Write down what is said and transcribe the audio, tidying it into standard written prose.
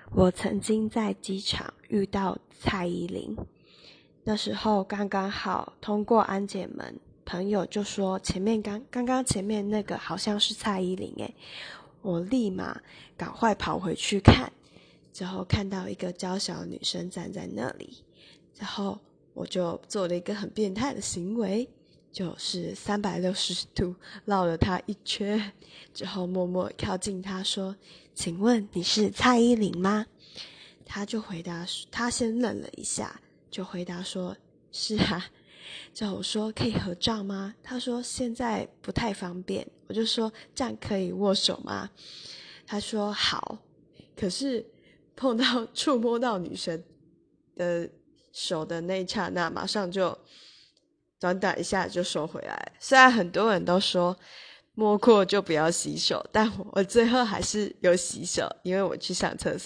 我曾经在机场遇到蔡依林，那时候刚刚好通过安检门，朋友就说刚刚前面那个好像是蔡依林耶，我立马赶快跑回去看，之后看到一个娇小的女生站在那里，然后我就做了一个很变态的行为，就是360度绕了她一圈，之后默默靠近她说，请问你是蔡依林吗？她就回答，她先愣了一下，就回答说是啊。之后我说可以合照吗？她说现在不太方便。我就说这样可以握手吗？她说好。可是触摸到女生的手的那一刹那，马上就短短一下就收回来。虽然很多人都说摸过就不要洗手，但我最后还是有洗手，因为我去上厕所。